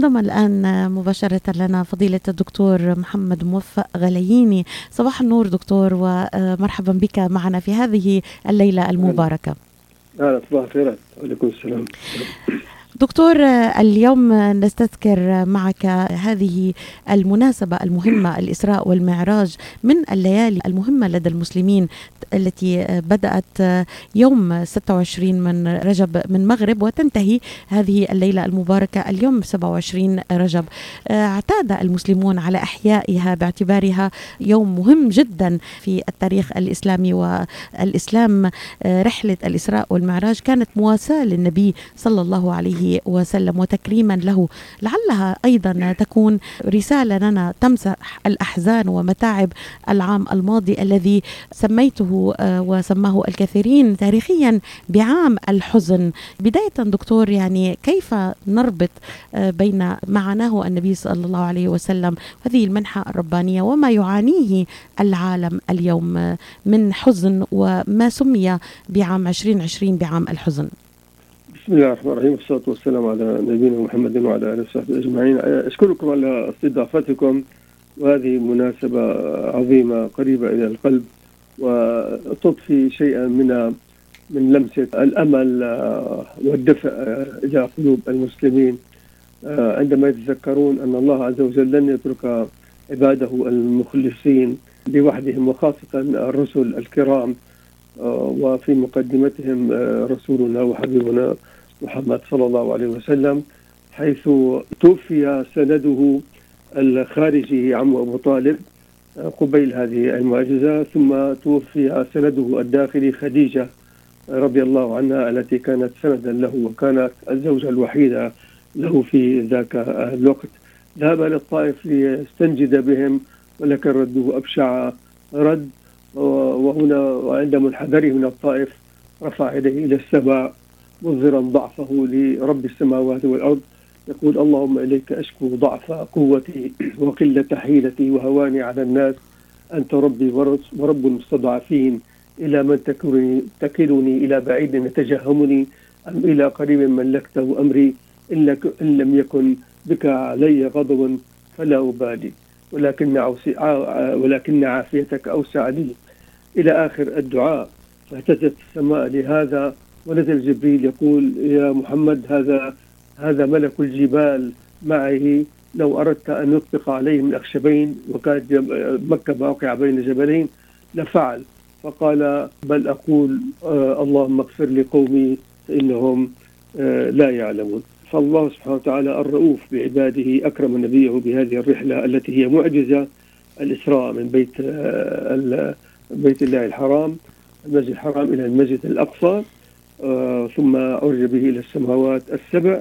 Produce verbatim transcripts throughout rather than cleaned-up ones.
انضم الآن مباشرة لنا فضيلة الدكتور محمد موفق غلييني. صباح النور دكتور، ومرحبا بك معنا في هذه الليلة المباركة. أهلا، صباح الخير. وعليكم السلام. دكتور، اليوم نستذكر معك هذه المناسبة المهمة، الإسراء والمعراج، من الليالي المهمة لدى المسلمين التي بدأت يوم ستة وعشرين من رجب من مغرب وتنتهي هذه الليلة المباركة اليوم سبعة وعشرين رجب. اعتاد المسلمون على إحيائها باعتبارها يوم مهم جدا في التاريخ الإسلامي، والإسلام رحلة الإسراء والمعراج كانت مواساة للنبي صلى الله عليه وسلم وتكريما له. لعلها أيضا تكون رسالة لنا تمسح الأحزان ومتاعب العام الماضي الذي سميته وسماه الكثيرين تاريخيا بعام الحزن. بداية دكتور، يعني كيف نربط بين معناه النبي صلى الله عليه وسلم هذه المنحة الربانية وما يعانيه العالم اليوم من حزن، وما سمي بعام عشرين عشرين بعام الحزن؟ بسم الله الرحمن الرحيم، والصلاة والسلام على نبينا محمد وعلى آله وصحبه أجمعين. أشكركم على استضافتكم، وهذه مناسبة عظيمة قريبة إلى القلب وتضفي شيئا من من لمسة الأمل والدفء إلى قلوب المسلمين عندما يتذكرون أن الله عز وجل لن يترك عباده المخلصين لوحدهم، وخاصة الرسل الكرام، وفي مقدمتهم رسولنا وحبيبنا محمد صلى الله عليه وسلم، حيث توفي سنده الخارجي عمه أبو طالب قبيل هذه المعجزة، ثم توفي سنده الداخلي خديجة رضي الله عنها التي كانت سندا له وكانت الزوجة الوحيدة له في ذاك الوقت. ذهب للطائف ليستنجد بهم، ولكن رده أبشع رد، وهنا وعند منحدره من الطائف رفع يديه إلى السماء مظهرا ضعفه لرب السماوات والأرض، يقول: اللهم إليك أشكو ضعف قوتي وقلة حيلتي وهواني على الناس، أنت ربي ورب المستضعفين، إلى من تكلني، إلى بعيد يتجهمني أم إلى قريب ملكته أمري، إن لم يكن بك علي غضب فلا أبالي، ولكن ولكن عافيتك أوسع لي، إلى آخر الدعاء. فاهتزت السماء لهذا، ونزل جبريل يقول: يا محمد، هذا هذا ملك الجبال معه، لو أردت أن يطبق عليه من أخشبين، وكانت مكة واقعة بين جبلين، لفعل. فقال: بل أقول آه اللهم اغفر لقومي فإنهم آه لا يعلمون. فالله سبحانه وتعالى الرؤوف بعباده أكرم نبيه بهذه الرحلة التي هي معجزة، الإسراء من بيت آه بيت الله الحرام، المسجد الحرام، إلى المسجد الأقصى، آه ثم عرج به إلى السماوات السبع.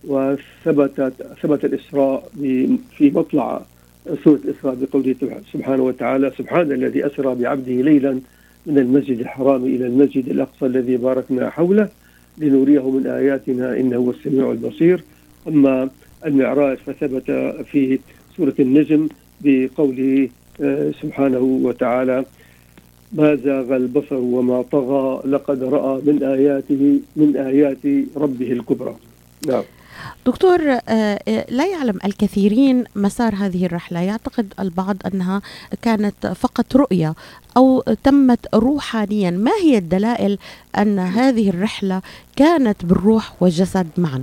وثبت ثبت الإسراء في مطلع سورة الإسراء بقوله سبحانه وتعالى: سبحان الذي أسرى بعبده ليلا من المسجد الحرام إلى المسجد الأقصى الذي باركنا حوله لنريه من آياتنا إنه هو السميع البصير. أما المعراج فثبت في سورة النجم بقوله سبحانه وتعالى: ما زاغ البصر وما طغى لقد رأى من آياته من آيات ربه الكبرى. نعم دكتور، لا يعلم الكثيرين مسار هذه الرحلة. يعتقد البعض أنها كانت فقط رؤية أو تمت روحانيا. ما هي الدلائل أن هذه الرحلة كانت بالروح والجسد معا؟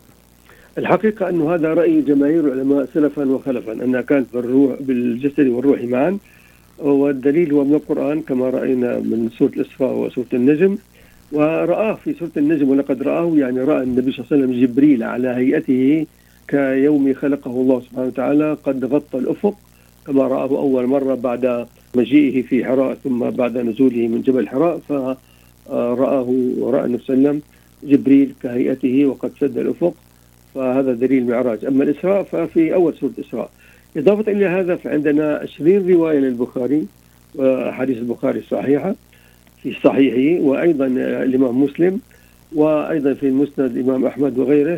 الحقيقة أن هذا رأي جماهير العلماء سلفا وخلفا، أنها كانت بالروح بالجسد والروح معا، والدليل هو من القرآن كما رأينا من سورة الإسراء وسورة النجم. ورآه في سورة النجم: ولقد رآه، يعني رأى النبي صلى الله عليه وسلم جبريل على هيئته كيوم خلقه الله سبحانه وتعالى قد غطى الأفق، كما رآه أول مرة بعد مجيئه في حراء ثم بعد نزوله من جبل حراء، فرآه ورأى النبي صلى الله عليه وسلم جبريل كهيئته وقد سد الأفق، فهذا دليل المعراج. أما الإسراء ففي أول سورة الإسراء. إضافة إلى هذا فعندنا عشرين رواية للبخاري، وحديث البخاري صحيحة في صحيحه، وأيضا الإمام مسلم، وأيضا في المسند الإمام أحمد وغيره.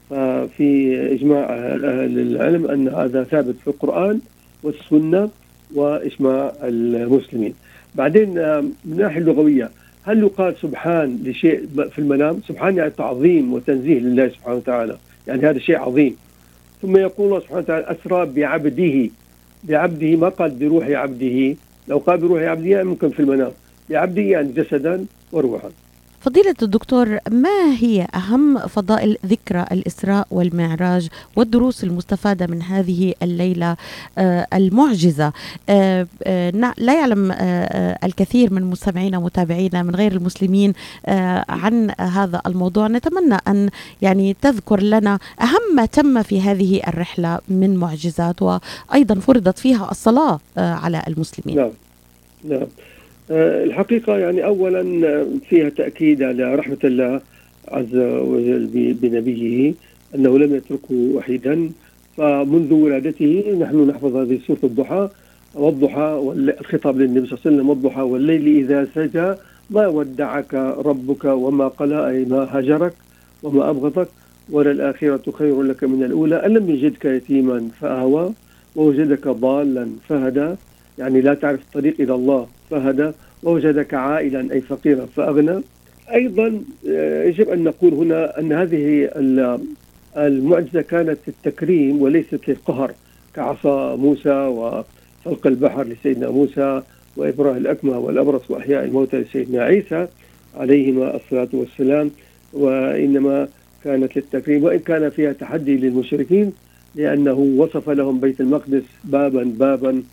ففي إجماع أهل العلم أن هذا ثابت في القرآن والسنة وإجماع المسلمين. بعدين من الناحية اللغوية، هل يقال سبحان لشيء في المنام؟ سبحان يعني تعظيم وتنزيه لله سبحانه وتعالى، يعني هذا شيء عظيم. ثم يقول الله سبحانه وتعالى أسرى بعبده. بعبده ما قال بروح عبده، لو قال بروح عبده يعني ممكن في المنام، بعبده يعني جسدا وروحا. فضيلة الدكتور، ما هي أهم فضائل ذكرى الإسراء والمعراج والدروس المستفادة من هذه الليلة آه المعجزة؟ آه آه لا يعلم آه الكثير من مستمعينا ومتابعينا من غير المسلمين آه عن هذا الموضوع. نتمنى أن يعني تذكر لنا أهم ما تم في هذه الرحلة من معجزات، وأيضا فرضت فيها الصلاة آه على المسلمين. نعم نعم. الحقيقة يعني أولا فيها تأكيد على رحمة الله عز وجل بنبيه أنه لم يتركه وحيدا، فمنذ ولادته نحن نحفظ هذه سورة الضحى، والضحى والخطاب للنبي صلى الله عليه وسلم، والضحى والليل إذا سجى ما ودعك ربك وما قلى، أي ما هجرك وما أبغضك، وللآخرة خير لك من الأولى، ألم يجدك يتيما فآوى ووجدك ضالا فهدى، يعني لا تعرف الطريق إلى الله فهدى، ووجدك عائلا أي فقيرا فأغنى. أيضا يجب أن نقول هنا أن هذه المعجزة كانت للتكريم وليست للقهر، كعصا موسى وفلق البحر لسيدنا موسى وإبراء الأكمه والأبرص وأحياء الموتى لسيدنا عيسى عليهما الصلاة والسلام، وإنما كانت للتكريم، وإن كان فيها تحدي للمشركين لأنه وصف لهم بيت المقدس بابا بابا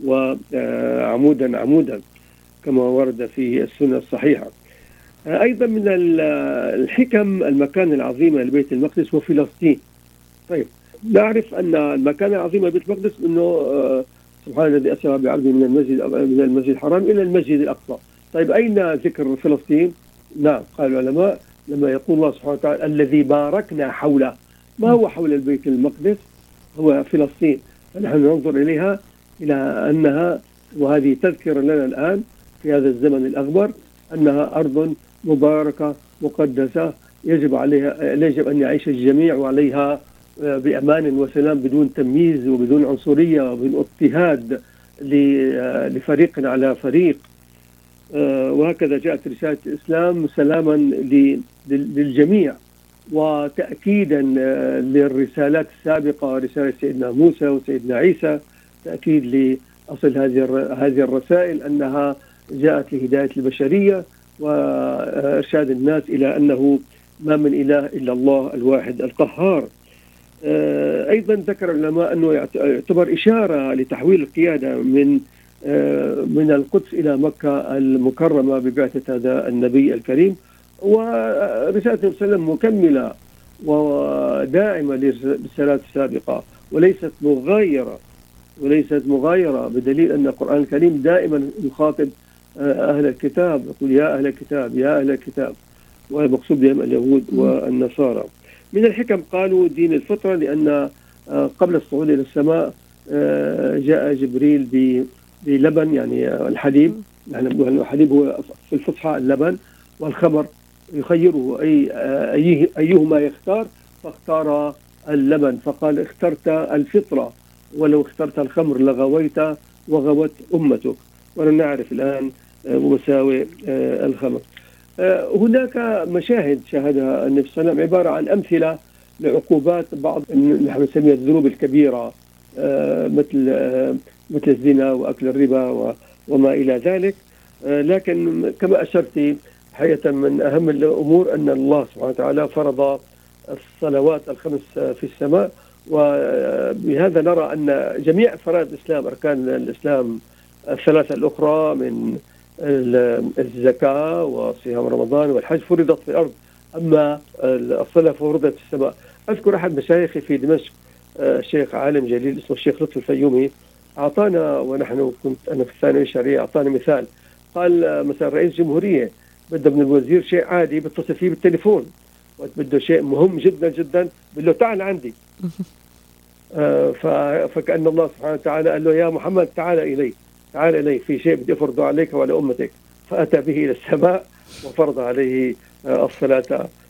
وعمودا عمودا كما ورد في السنة الصحيحة. أيضا من الحكم المكان العظيم لبيت المقدس وفلسطين. طيب نعرف أن المكان العظيم لبيت المقدس أنه سبحان الذي أسرى بعبده من المسجد من المسجد الحرام إلى المسجد الأقصى. طيب أين ذكر فلسطين؟ نعم قال العلماء لما يقول الله سبحانه وتعالى الذي باركنا حوله. ما هو حول البيت المقدس؟ هو فلسطين. فنحن ننظر إليها إلى أنها، وهذه تذكر لنا الآن في هذا الزمن الأغبر، أنها أرض مباركة مقدسة يجب عليها يجب أن يعيش الجميع عليها بأمان وسلام بدون تمييز وبدون عنصرية وبدون اضطهاد لفريق على فريق. وهكذا جاءت رسالة الإسلام سلاما للجميع وتأكيدا للرسالات السابقة، رسالة سيدنا موسى وسيدنا عيسى، تأكيد لأصل هذه هذه الرسائل أنها جاءت لهداية البشرية وإرشاد الناس إلى أنه ما من إله إلا الله الواحد القهار. أيضا ذكر العلماء أنه يعتبر إشارة لتحويل القيادة من من القدس إلى مكة المكرمة ببعثة هذا النبي الكريم، ورسالة النبي صلى الله عليه وسلم مكملة ودائمة للرسالات السابقة وليست مغايرة وليست مغايرة بدليل أن القرآن الكريم دائما يخاطب أهل الكتاب، يقول يا أهل الكتاب يا أهل الكتاب، ومقصود بهم اليهود والنصارى. من الحكم قالوا دين الفطرة، لأن قبل الصعود إلى السماء جاء جبريل بلبن يعني الحليب، يعني الحليب هو في الفصحى اللبن، والخمر يخيره أي أيه أيهما يختار، فاختار اللبن، فقال اخترت الفطرة ولو اخترت الخمر لغويت وغوت أمتك. ونعرف الآن مساوي الخمر. هناك مشاهد شاهدها النبي صلى الله عليه وسلم عبارة عن أمثلة لعقوبات بعض نحن نسميها الذنوب الكبيرة، مثل مثل الزنا وأكل الربا وما إلى ذلك. لكن كما أشرت حقيقة من أهم الأمور أن الله سبحانه وتعالى فرض الصلوات الخمس في السماء، وبهذا نرى أن جميع فرائض الإسلام أركان الإسلام الثلاثة الأخرى من الزكاة وصيام رمضان والحج فرضت في الأرض، أما الصلاة فرضت في السماء. أذكر أحد مشايخي في دمشق الشيخ عالم جليل اسمه الشيخ لطفي الفيومي أعطانا، ونحن كنت أنا في الثانوية الشرعية، أعطانا مثال. قال مثلا رئيس جمهورية بده من الوزير شيء عادي بيتصل فيه بالتليفون، بده شيء مهم جدا جدا بده تعال عندي. آه فكأن الله سبحانه وتعالى قال له يا محمد تعال إلي تعال إلي في شيء بدي أفرضه عليك وعلى أمتك، فأتى به إلى السماء وفرض عليه آه الصلاة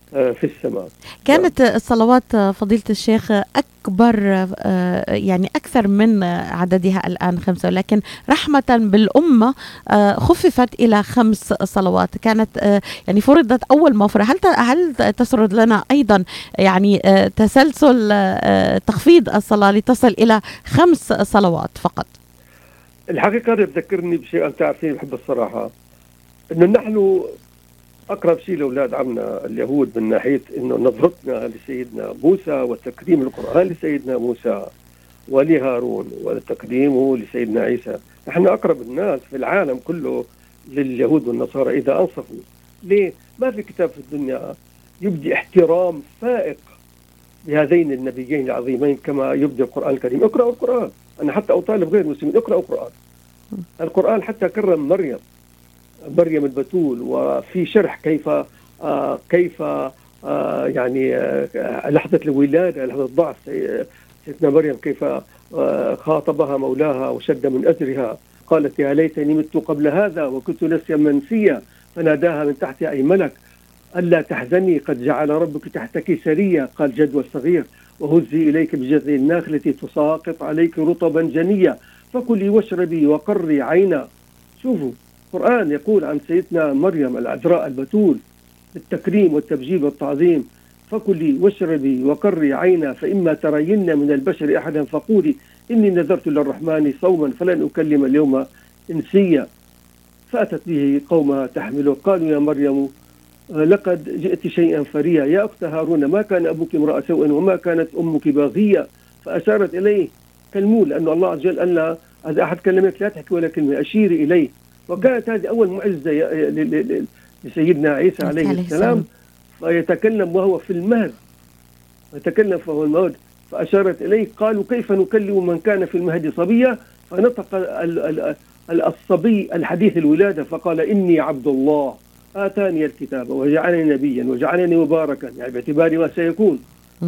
في السماء. كانت الصلوات فضيلة الشيخ أكبر يعني أكثر من عددها الآن خمسة، ولكن رحمة بالأمة خففت إلى خمس صلوات. كانت يعني فرضت أول ما فرض. هل هل تسرد لنا أيضا يعني تسلسل تخفيض الصلاة لتصل إلى خمس صلوات فقط؟ الحقيقة هذا بذكرني بشيء، أنت عارفين بحب الصراحة، إنه نحن أقرب شيء لأولاد عمنا اليهود من ناحية إنه نظرتنا لسيدنا موسى وتكريم القرآن لسيدنا موسى ولهارون وتقديمه لسيدنا عيسى. نحن أقرب الناس في العالم كله لليهود والنصارى إذا أنصفوا. ليه؟ ما في كتاب في الدنيا يبدي احترام فائق لهذين النبيين العظيمين كما يبدي القرآن الكريم. اقرأوا القرآن. أنا حتى أطالب غير المسلمين اقرأوا القرآن. القرآن حتى كرم مريم مريم البتول، وفي شرح كيف آه كيف آه يعني آه لحظة الولادة، لحظة ضعف سيدنا مريم، كيف آه خاطبها مولاها وشد من أزرها، قالت يا ليتني مت قبل هذا وكنت نسيا منسيا، فناداها من تحتها أي ملك ألا تحزني قد جعل ربك تحتك سريا، قال جدوى الصغير وهزي إليك بجذع النخلة تساقط عليك رطبا جنيا فكلي واشربي وقري عينا. شوفوا القرآن يقول عن سيدنا مريم العذراء البتول بالتكريم والتبجيل والتعظيم: فكلي واشربي وقري عينا فإما ترين من البشر أحدا فقولي إني نذرت للرحمن صوما فلن أكلم اليوم إنسيا. فأتت به قومها تحمله قالوا يا مريم لقد جئت شيئا فريا يا أخت هارون ما كان أبوك امرأ سوء وما كانت أمك باغية. فأشارت إليه كالمول، لأن الله عز وجل قال هذا أحد كلمك لا تحكي ولا كلمة، أشيري إليه. وكانت هذه أول معجزة لسيدنا عيسى عليه السلام، فيتكلم وهو في المهد، يتكلم فهو الموت. فأشارت إليه قالوا كيف نكلم من كان في المهد صبيا، فنطق الصبي الحديث الولادة فقال إني عبد الله آتاني الكتاب وجعلني نبيا وجعلني مباركا، يعني باعتبار ما سيكون،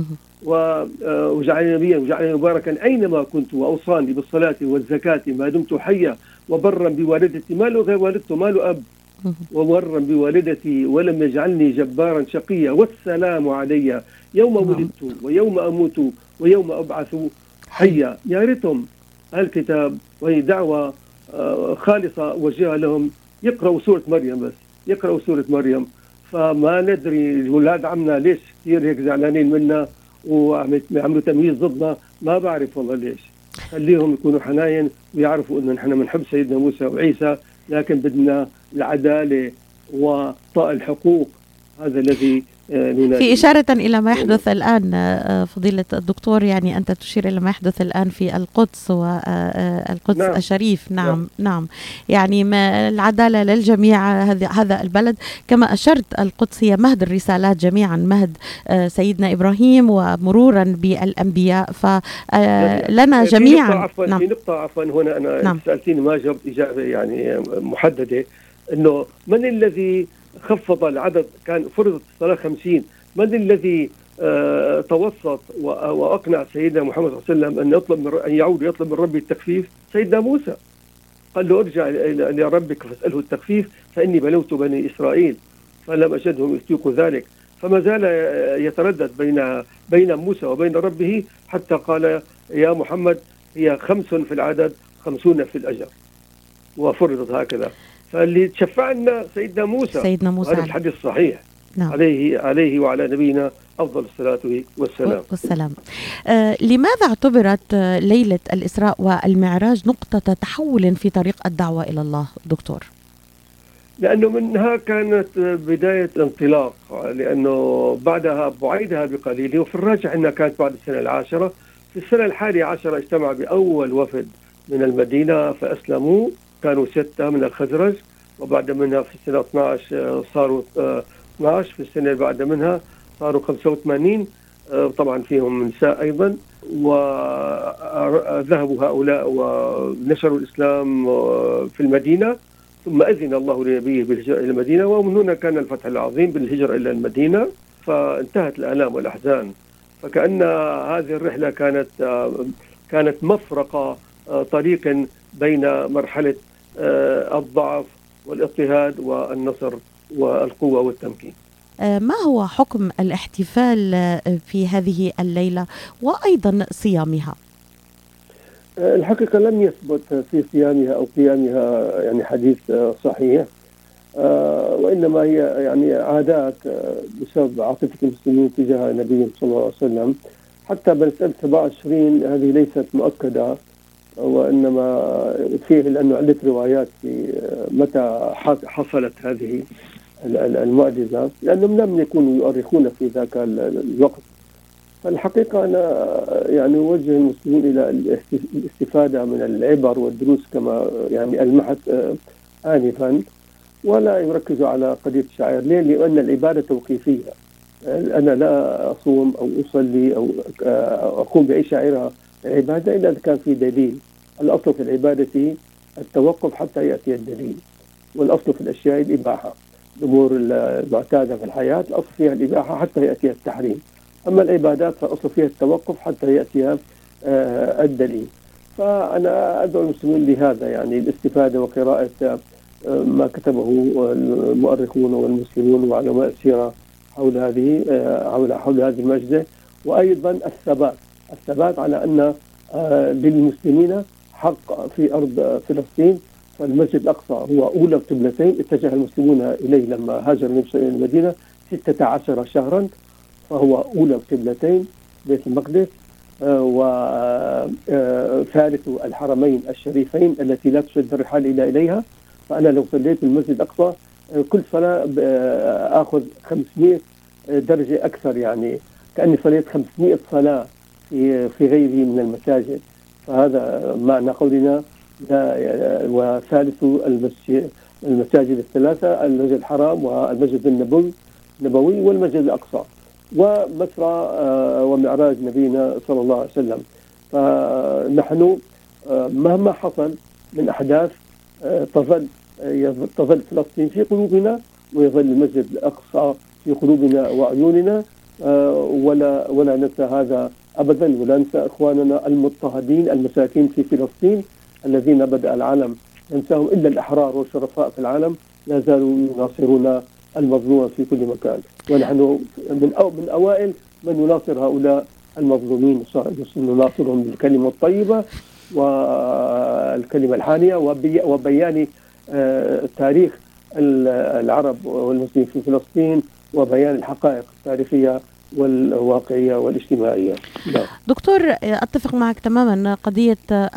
وجعلني نبيا وجعلني مباركا أينما كنت وأوصاني بالصلاة والزكاة ما دمت حيا وبرا بوالدتي ما له غير والدته ما له أب وبرا بوالدتي ولم يجعلني جبارا شقيا والسلام علي يوم ولدت ويوم أموت ويوم أبعث حيا. يا ريتهم الكتاب وهي دعوة خالصة وجهها لهم يقرأوا سورة مريم، بس يقرأوا سورة مريم. فما ندري ولاد عمنا ليش كثير هيك زعلانين منا وعملوا تمييز ضدنا، ما بعرف والله ليش. خليهم يكونوا حناين ويعرفوا انه نحن بنحب سيدنا موسى وعيسى، لكن بدنا العدالة وطاء الحقوق، هذا الذي في إشارة إلى ما يحدث الآن فضيلة الدكتور، يعني أنت تشير إلى ما يحدث الآن في القدس والقدس نعم. الشريف نعم نعم, نعم. يعني ما العدالة للجميع. هذا هذا البلد كما أشرت القدس هي مهد الرسالات جميعا، مهد سيدنا إبراهيم ومرورا بالأنبياء، فلنا جميعا. في نقطة نعم. في نقطة عفوا هنا أنا نعم. سألتيني ما جاوبت إجابة يعني محددة، إنه من الذي خفض العدد؟ كان فرضت الصلاة خمسين، من الذي آه توسط وأقنع سيدنا محمد صلى الله عليه وسلم أن يطلب من أن يعود يطلب من ربي التخفيف؟ سيدنا موسى قال له ارجع إلى ربك فاسأله التخفيف فإني بلوت بني إسرائيل فلم أجدهم يطيقوا ذلك. فما زال يتردد بين بين موسى وبين ربه حتى قال يا محمد هي خمس في العدد خمسون في الأجر، وفرضت هكذا. فاللي تشفع لنا سيدنا موسى سيدنا موسى هذا الحديث صحيح نعم. عليه عليه وعلى نبينا أفضل الصلاة والسلام والسلام. آه لماذا اعتبرت ليلة الإسراء والمعراج نقطة تحول في طريق الدعوة إلى الله دكتور؟ لأنه منها كانت بداية انطلاق، لأنه بعدها بعيدها بقليل، وفي الراجح أنها كانت بعد السنة العاشرة. في السنة الحادية عشرة اجتمع بأول وفد من المدينة فأسلموا، كانوا ستة من الخزرج، وبعد منها في السنة اثني عشر صاروا اثني عشر، في السنة اللي بعد منها صاروا خمسة وثمانين، طبعا فيهم نساء أيضا، وذهبوا هؤلاء ونشروا الإسلام في المدينة، ثم أذن الله لنبيه بالهجرة إلى المدينة، ومن هنا كان الفتح العظيم بالهجرة إلى المدينة، فانتهت الآلام والأحزان. فكأن هذه الرحلة كانت كانت مفرقة طريق بين مرحلة الضعف والاضطهاد والنصر والقوة والتمكين. ما هو حكم الاحتفال في هذه الليلة وأيضا صيامها؟ الحقيقة لم يثبت في صيامها أو قيامها يعني حديث صحيح، وإنما هي يعني عادات بسبب عاطفة المسلمين تجاه النبي صلى الله عليه وسلم. حتى بسنة سبعة وعشرين هذه ليست مؤكدة، وإنما فيه لأنه عدة روايات في متى حصلت هذه المعجزة، لأنهم لم يكونوا يؤرخون في ذاك الوقت. فالحقيقة أنا يعني أوجه المسلمين إلى الاستفادة من العبر والدروس كما يعني ألمحت آنفا، ولا يركزوا على قضية الشعائر. ليه؟ لأن العبادة توقيفية. أنا لا أصوم أو أصلي أو أقوم بأي شعيرة عبادة إلا إذا كان في دليل. الأصل في العبادة التوقف حتى يأتي الدليل، والأصل في الأشياء الإباحة. الأمور المعتادة في الحياة الأصل فيها الإباحة حتى يأتي التحريم، أما العبادات فالأصل فيها التوقف حتى يأتي الدليل. فأنا أدعو المسلمين لهذا، يعني الاستفادة وقراءة ما كتبه المؤرخون والمسلمون وعلماء السيرة حول هذه حول حول هذه المعجزة، وأيضا الثبات الثبات على أن للمسلمين حق في أرض فلسطين. فالمسجد الأقصى هو أولى قبلتين اتجه المسلمون إليه لما هاجر النبي إلى المدينة ستة عشر شهرا، فهو أولى قبلتين بيت المقدس وثالث الحرمين الشريفين التي لا تشد الرحال إلى إليها. فأنا لو صليت المسجد الأقصى كل صلاة آخذ خمسمائة درجة أكثر، يعني كأني صليت خمسمائة صلاة في في غيره من المساجد. فهذا معنى قولنا. وثالث المساجد الثلاثة المسجد الحرام والمسجد النبوي النبوي والمسجد الأقصى ومسرى ومعراج نبينا صلى الله عليه وسلم. فنحن مهما حصل من أحداث تظل تظل فلسطين في قلوبنا، ويظل المسجد الأقصى في قلوبنا وعيوننا، ولا ولا ننسى هذا أبدا، ولا ننسى إخواننا المضطهدين المساكين في فلسطين الذين بدأ العالم ينساهم، إلا الأحرار والشرفاء في العالم لا زالوا يناصرون المظلوم في كل مكان، ونحن من أو من أوائل من يناصر هؤلاء المظلومين، نناصرهم بالكلمة الطيبة والكلمة الحانية وبيان تاريخ العرب والمسلمين في فلسطين وبيان الحقائق التاريخية والواقعية والاجتماعية. لا. دكتور، أتفق معك تماما. قضية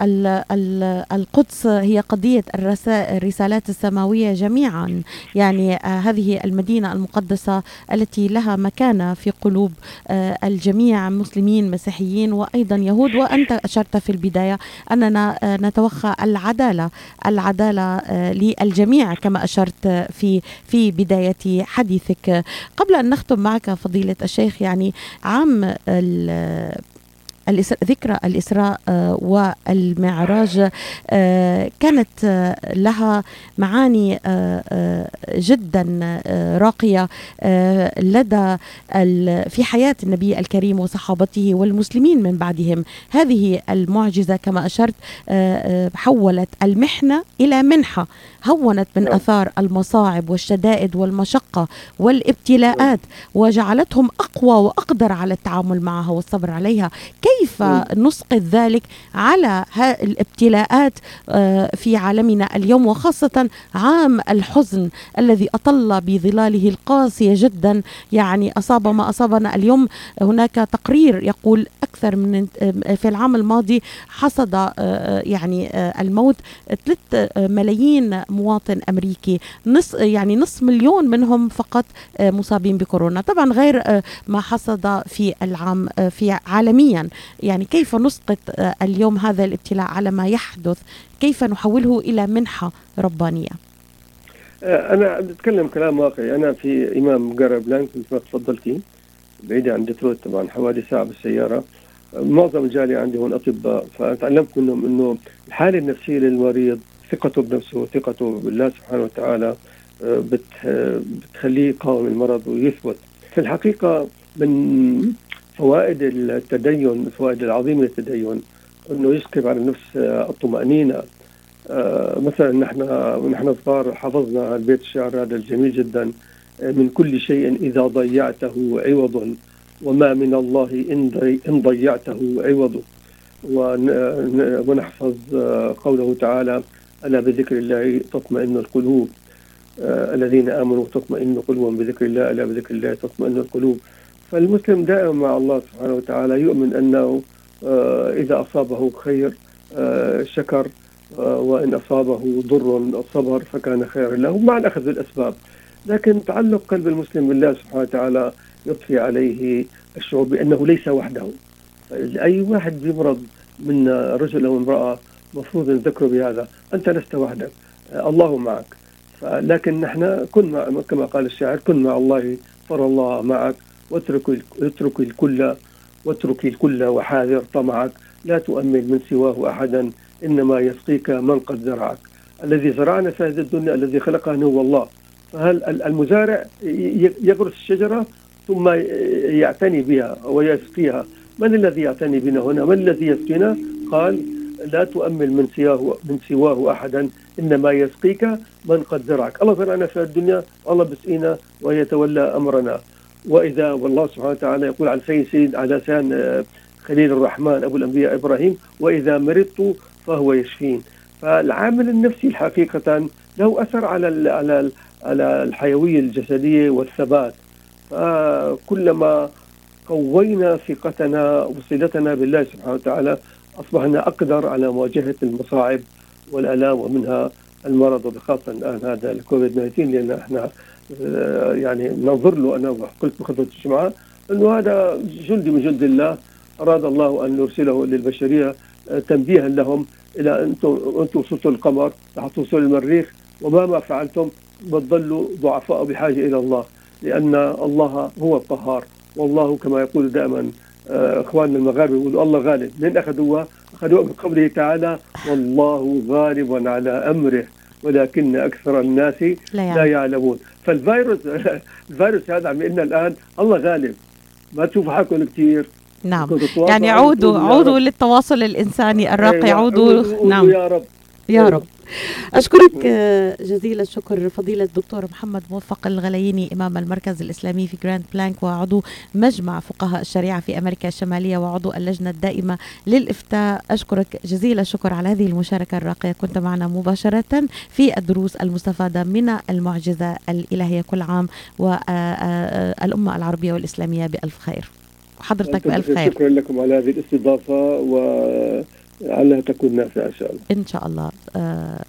القدس هي قضية الرسالات السماوية جميعا، يعني هذه المدينة المقدسة التي لها مكانة في قلوب الجميع، مسلمين مسيحيين وأيضا يهود. وأنت أشرت في البداية أننا نتوخى العدالة العدالة للجميع كما أشرت في في بداية حديثك. قبل أن نختم معك فضيلة الشيخ، يعني عام ذكرى الإسراء والمعراج كانت لها معاني جدا راقية لدى في حياة النبي الكريم وصحابته والمسلمين من بعدهم. هذه المعجزة كما أشرت حولت المحنة إلى منحة، هونت من أثار المصاعب والشدائد والمشقة والابتلاءات، وجعلتهم أقوى وأقدر على التعامل معها والصبر عليها. كيف نسقط ذلك على الابتلاءات في عالمنا اليوم، وخاصة عام الحزن الذي أطل بظلاله القاسية جدا، يعني أصاب ما أصابنا اليوم. هناك تقرير يقول أكثر من في العام الماضي حصد يعني الموت ثلاثة ملايين مواطن أمريكي، نص يعني نصف مليون منهم فقط مصابين بكورونا، طبعا غير ما حصد في العام في عالميا. يعني كيف نسقط اليوم هذا الابتلاء على ما يحدث؟ كيف نحوله إلى منحة ربانية؟ أنا أتكلم كلام واقعي. أنا في إمام جارب لانك مثل ما تفضلتي، بعيدة عن ديترويت طبعا، حوالي ساعة بالسيارة. معظم الجالية عندي هون أطباء، فتعلمت منهم إنه الحالة النفسية للمريض، ثقته بنفسه، ثقته بالله سبحانه وتعالى بتخليه يقاوم المرض ويثبت. في الحقيقة من فوائد التدين، الفوائد العظيمة للتدين إنه يسكب على النفس الطمأنينة. مثلا نحن نحن صغار حفظنا البيت الشعر هذا الجميل جدا من كل شيء إذا ضيعته عوض، وما من الله إن ضيعته عوض. ونحفظ قوله تعالى: ألا بذكر الله تطمئن القلوب، الذين آمنوا تطمئن قلوبهم بذكر الله، ألا بذكر الله تطمئن القلوب. فالمسلم دائما مع الله سبحانه وتعالى يؤمن أنه إذا أصابه خير شكر، وإن أصابه ضر صبر فكان خيرا له مع الأخذ بالأسباب. لكن تعلق قلب المسلم بالله سبحانه وتعالى يضفي عليه الشعور بأنه ليس وحده. أي واحد بيمرض من رجل أو امرأة مفروض أن نذكره بهذا: أنت لست وحدك، الله معك. لكن نحن كن مع، كما قال الشاعر: كن مع الله ترى الله معك، واترك اترك الكل واترك الكل وحاذر طمعك، لا تؤمل من سواه أحدا، إنما يسقيك من قد زرعك. الذي زرعنا في هذه الدنيا، الذي خلقنا هو الله. فهل المزارع يغرس الشجرة ثم يعتني بها ويسقيها؟ من الذي يعتني بنا هنا؟ من الذي يسقينا؟ قال: لا تؤمل من سواه من سواه أحدا، إنما يسقيك من قد زرعك. الله زرعنا في الدنيا، الله بسقينا ويتولى أمرنا. وإذا والله سبحانه وتعالى يقول عن سيد على لسان خليل الرحمن أبو الأنبياء إبراهيم: وإذا مرضت فهو يشفين. فالعامل النفسي الحقيقة له أثر على على على الحيوية الجسدية والثبات. فكلما قوينا ثقتنا وصلتنا بالله سبحانه وتعالى أصبحنا أقدر على مواجهة المصاعب والآلام، ومنها المرض، وبخاصة الآن هذا الكوفيد تسعة عشر، لأن احنا يعني ننظر له. أنا قلت بخطبة الجمعة أنه هذا جندي من جند الله، أراد الله أن يرسله للبشرية تنبيها لهم إلى أنتم أنتم وصلتوا القمر، رح توصلوا المريخ، وما ما فعلتم بتضلوا ضعفاء بحاجة إلى الله، لأن الله هو القهار. والله كما يقول دائما اخواننا المغاربه يقولوا الله غالب. من اخذوها؟ اخذوها من قوله تعالى: والله غالب على امره ولكن اكثر الناس لا, لا يعلمون. فالفيروس الفيروس هذا عم يقول لنا الان الله غالب، ما تشوفوا حالكم كثير. نعم، يعني عودوا عودوا للتواصل الانساني الراقي، عودوا. نعم يا رب يا رب. أشكرك جزيل الشكر فضيلة الدكتور محمد موفق الغلييني، إمام المركز الإسلامي في جراند بلانك، وعضو مجمع فقهاء الشريعة في أمريكا الشمالية، وعضو اللجنة الدائمة للإفتاء. أشكرك جزيل الشكر على هذه المشاركة الراقية. كنت معنا مباشرة في الدروس المستفادة من المعجزة الإلهية. كل عام والأمة العربية والإسلامية بألف خير، وحضرتك بألف خير. شكرا لكم على هذه الاستضافة، ولعلها تكون نافعة إن شاء الله. إن شاء الله.